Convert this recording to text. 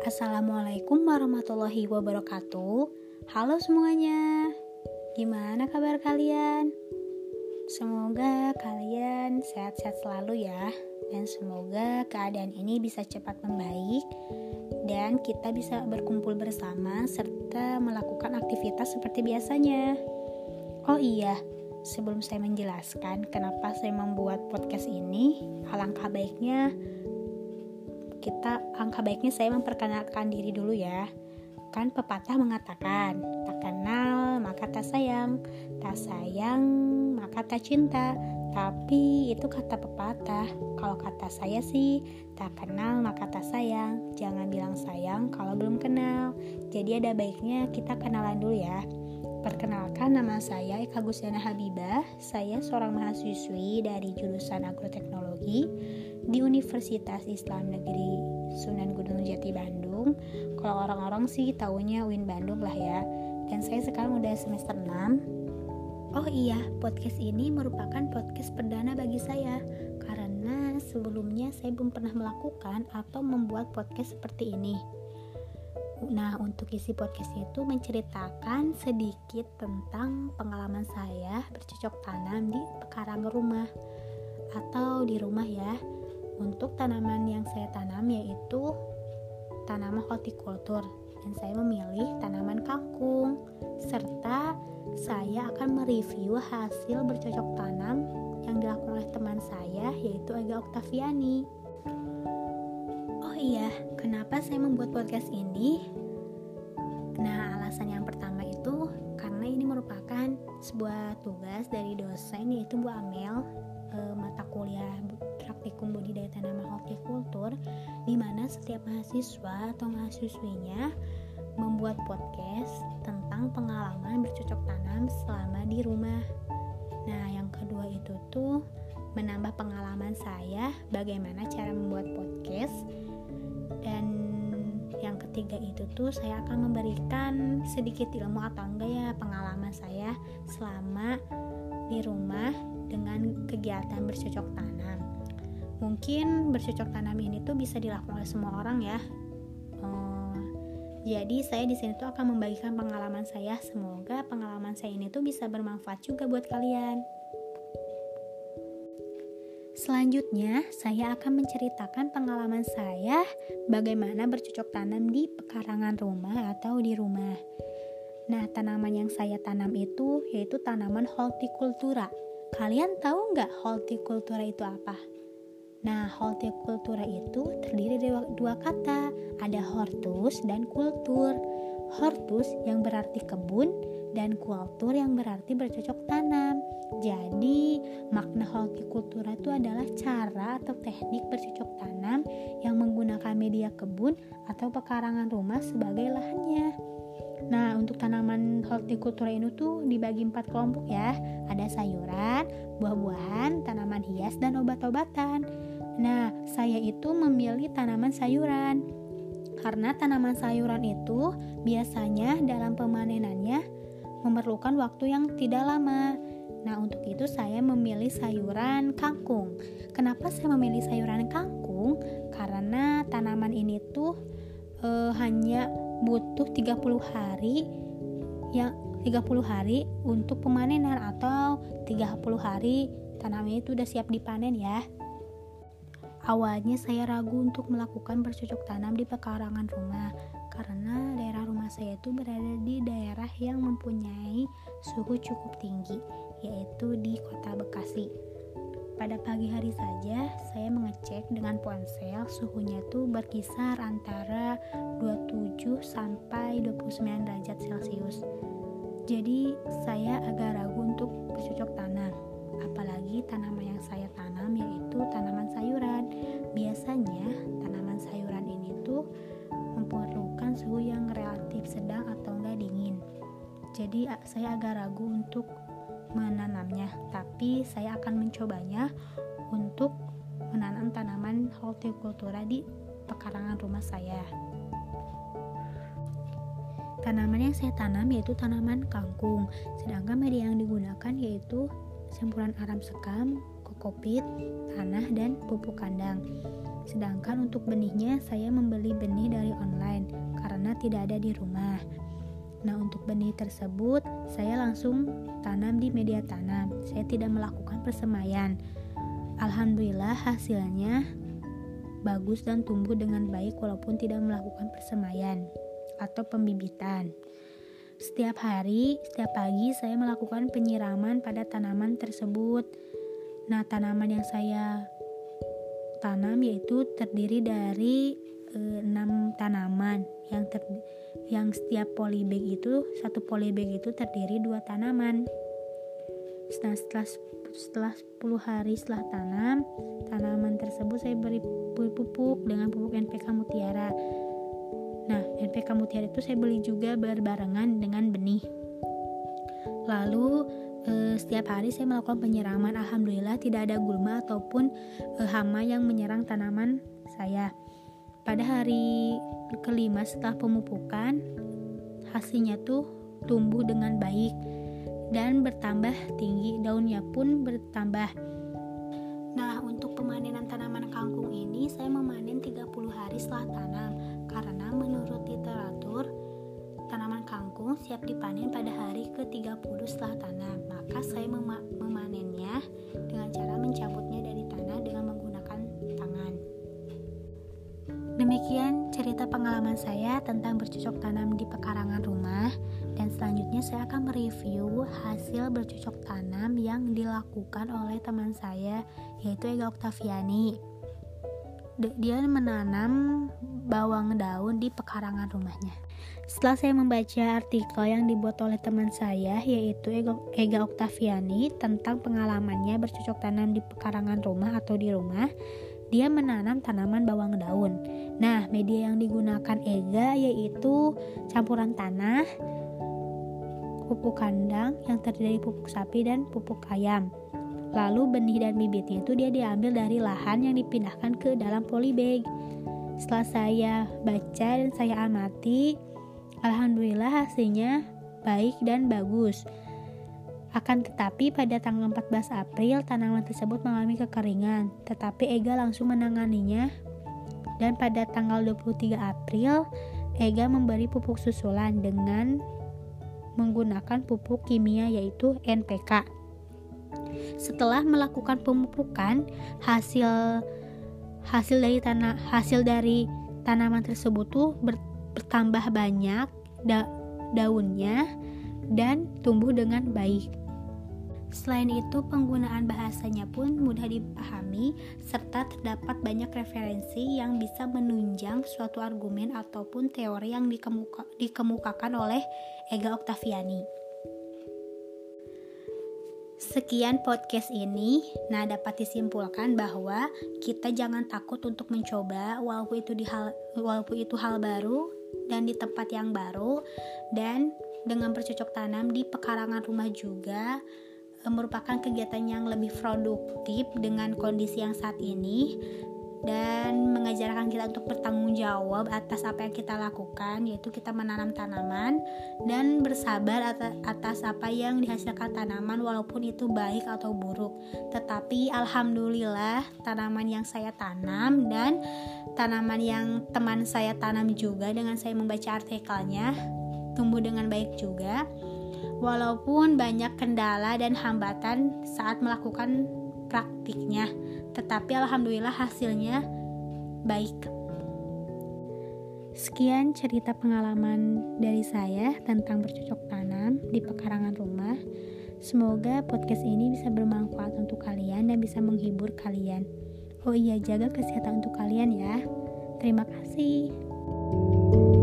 Assalamualaikum warahmatullahi wabarakatuh. Halo semuanya, gimana kabar kalian? Semoga kalian sehat-sehat selalu ya. Dan semoga keadaan ini bisa cepat membaik dan kita bisa berkumpul bersama serta melakukan aktivitas seperti biasanya. Oh iya, sebelum saya menjelaskan kenapa saya membuat podcast ini, alangkah baiknya saya memperkenalkan diri dulu ya. Kan pepatah mengatakan, tak kenal maka tak sayang maka tak cinta. Tapi itu kata pepatah. Kalau kata saya sih, tak kenal maka tak sayang. Jangan bilang sayang kalau belum kenal. Jadi ada baiknya kita kenalan dulu ya. Perkenalkan, nama saya Eka Gustiana Habibah. Saya seorang mahasiswi dari jurusan agroteknologi di Universitas Islam Negeri Sunan Gunung Jati Bandung. Kalau orang-orang sih taunya UIN Bandung lah ya. Dan saya sekarang udah semester 6. Oh iya, podcast ini merupakan podcast perdana bagi saya karena sebelumnya saya belum pernah melakukan atau membuat podcast seperti ini. Nah, untuk isi podcast itu menceritakan sedikit tentang pengalaman saya bercocok tanam di pekarangan rumah atau di rumah ya. Untuk tanaman yang saya tanam yaitu tanaman hortikultur, dan saya memilih tanaman kangkung, serta saya akan mereview hasil bercocok tanam yang dilakukan oleh teman saya yaitu Aga Oktaviani. Oh iya, kenapa saya membuat podcast ini? Nah, alasan yang pertama itu karena ini merupakan sebuah tugas dari dosen yaitu Bu Amel, mata kuliah praktikum budidaya tanaman hortikultur, di mana setiap mahasiswa atau mahasiswinya membuat podcast tentang pengalaman bercocok tanam selama di rumah. Nah, yang kedua itu tuh menambah pengalaman saya bagaimana cara membuat podcast. Dan yang ketiga itu tuh saya akan memberikan sedikit ilmu atau enggak ya pengalaman saya selama di rumah dengan kegiatan bercocok tanam. Mungkin bercocok tanam ini tuh bisa dilakukan oleh semua orang ya. Jadi saya di sini tuh akan membagikan pengalaman saya. Semoga pengalaman saya ini tuh bisa bermanfaat juga buat kalian. Selanjutnya, saya akan menceritakan pengalaman saya bagaimana bercocok tanam di pekarangan rumah atau di rumah. Nah, tanaman yang saya tanam itu yaitu tanaman hortikultura. Kalian tahu nggak hortikultura itu apa? Nah, hortikultura itu terdiri dari dua kata, ada hortus dan kultur. Hortus yang berarti kebun dan kultur yang berarti bercocok tanam. Jadi, makna hortikultura itu adalah cara atau teknik bercocok tanam yang menggunakan media kebun atau pekarangan rumah sebagai lahannya. Nah, untuk tanaman hortikultura ini tuh dibagi 4 kelompok ya. Ada sayuran, buah-buahan, tanaman hias, dan obat-obatan. Nah, saya itu memilih tanaman sayuran karena tanaman sayuran itu biasanya dalam pemanenannya memerlukan waktu yang tidak lama. Nah, untuk itu saya memilih sayuran kangkung. Kenapa saya memilih sayuran kangkung? Karena tanaman ini tuh hanya butuh 30 hari untuk pemanenan atau 30 hari tanaman itu udah siap dipanen ya. Awalnya saya ragu untuk melakukan bercocok tanam di pekarangan rumah karena daerah rumah saya itu berada di daerah yang mempunyai suhu cukup tinggi, yaitu di Kota Bekasi. Pada pagi hari saja saya mengecek dengan ponsel, suhunya itu berkisar antara 27 sampai 29 derajat Celcius. Jadi saya agak ragu untuk bercocok tanam. Apalagi tanaman yang saya tanam yaitu tanaman sayuran. Biasanya tanaman sayuran ini tuh memerlukan suhu yang relatif sedang atau enggak dingin. Jadi saya agak ragu untuk menanamnya, tapi saya akan mencobanya untuk menanam tanaman hortikultura di pekarangan rumah saya. Tanaman yang saya tanam yaitu tanaman kangkung, sedangkan media yang digunakan yaitu campuran aram sekam, kokpit, tanah, dan pupuk kandang. Sedangkan untuk benihnya saya membeli benih dari online karena tidak ada di rumah. Nah, untuk benih tersebut saya langsung tanam di media tanam. Saya tidak melakukan persemaian. Alhamdulillah hasilnya bagus dan tumbuh dengan baik walaupun tidak melakukan persemaian atau pembibitan. Setiap hari, setiap pagi saya melakukan penyiraman pada tanaman tersebut. Nah, tanaman yang saya tanam yaitu terdiri dari 6 tanaman yang setiap polybag itu, satu polybag itu terdiri 2 tanaman. Setelah 10 hari setelah tanam, tanaman tersebut saya beri pupuk dengan pupuk NPK Mutiara. Nah, NPK Mutiara itu saya beli juga berbarengan dengan benih. Lalu setiap hari saya melakukan penyiraman. Alhamdulillah tidak ada gulma ataupun hama yang menyerang tanaman saya. Pada hari kelima setelah pemupukan, hasilnya tuh tumbuh dengan baik dan bertambah tinggi, daunnya pun bertambah. Nah, untuk pemanenan tanaman kangkung ini saya memanen 30 hari setelah tanam karena menurut literatur tanaman kangkung siap dipanen pada hari ke-30 setelah tanam. Maka saya memanennya dengan cara mencabutnya dari tanah dengan menggunakan tangan. Demikian cerita pengalaman saya tentang bercocok tanam di pekarangan rumah, dan selanjutnya saya akan mereview hasil bercocok tanam yang dilakukan oleh teman saya, yaitu Ega Oktaviani. Dia menanam bawang daun di pekarangan rumahnya. Setelah saya membaca artikel yang dibuat oleh teman saya, yaitu Ega Oktaviani, tentang pengalamannya bercocok tanam di pekarangan rumah atau di rumah, dia menanam tanaman bawang daun. Nah, media yang digunakan Ega yaitu campuran tanah, pupuk kandang yang terdiri dari pupuk sapi dan pupuk ayam. Lalu benih dan bibitnya itu dia diambil dari lahan yang dipindahkan ke dalam polybag. Setelah saya baca dan saya amati, alhamdulillah hasilnya baik dan bagus. Akan tetapi pada tanggal 14 April tanaman tersebut mengalami kekeringan, tetapi Ega langsung menanganinya, dan pada tanggal 23 April Ega memberi pupuk susulan dengan menggunakan pupuk kimia yaitu NPK. Setelah melakukan pemupukan, hasil dari tanaman tersebut tuh bertambah banyak daunnya dan tumbuh dengan baik. Selain itu, penggunaan bahasanya pun mudah dipahami serta terdapat banyak referensi yang bisa menunjang suatu argumen ataupun teori yang dikemukakan oleh Ega Oktaviani. Sekian podcast ini. Nah, dapat disimpulkan bahwa kita jangan takut untuk mencoba walaupun itu hal baru dan di tempat yang baru, dan dengan bercocok tanam di pekarangan rumah juga merupakan kegiatan yang lebih produktif dengan kondisi yang saat ini, dan mengajarkan kita untuk bertanggung jawab atas apa yang kita lakukan, yaitu kita menanam tanaman dan bersabar atas apa yang dihasilkan tanaman walaupun itu baik atau buruk. Tetapi alhamdulillah tanaman yang saya tanam dan tanaman yang teman saya tanam juga, dengan saya membaca artikelnya, tumbuh dengan baik juga, walaupun banyak kendala dan hambatan saat melakukan praktiknya, tetapi alhamdulillah hasilnya baik. Sekian cerita pengalaman dari saya tentang bercocok tanam di pekarangan rumah. Semoga podcast ini bisa bermanfaat untuk kalian dan bisa menghibur kalian. Oh iya, jaga kesehatan untuk kalian ya. Terima kasih.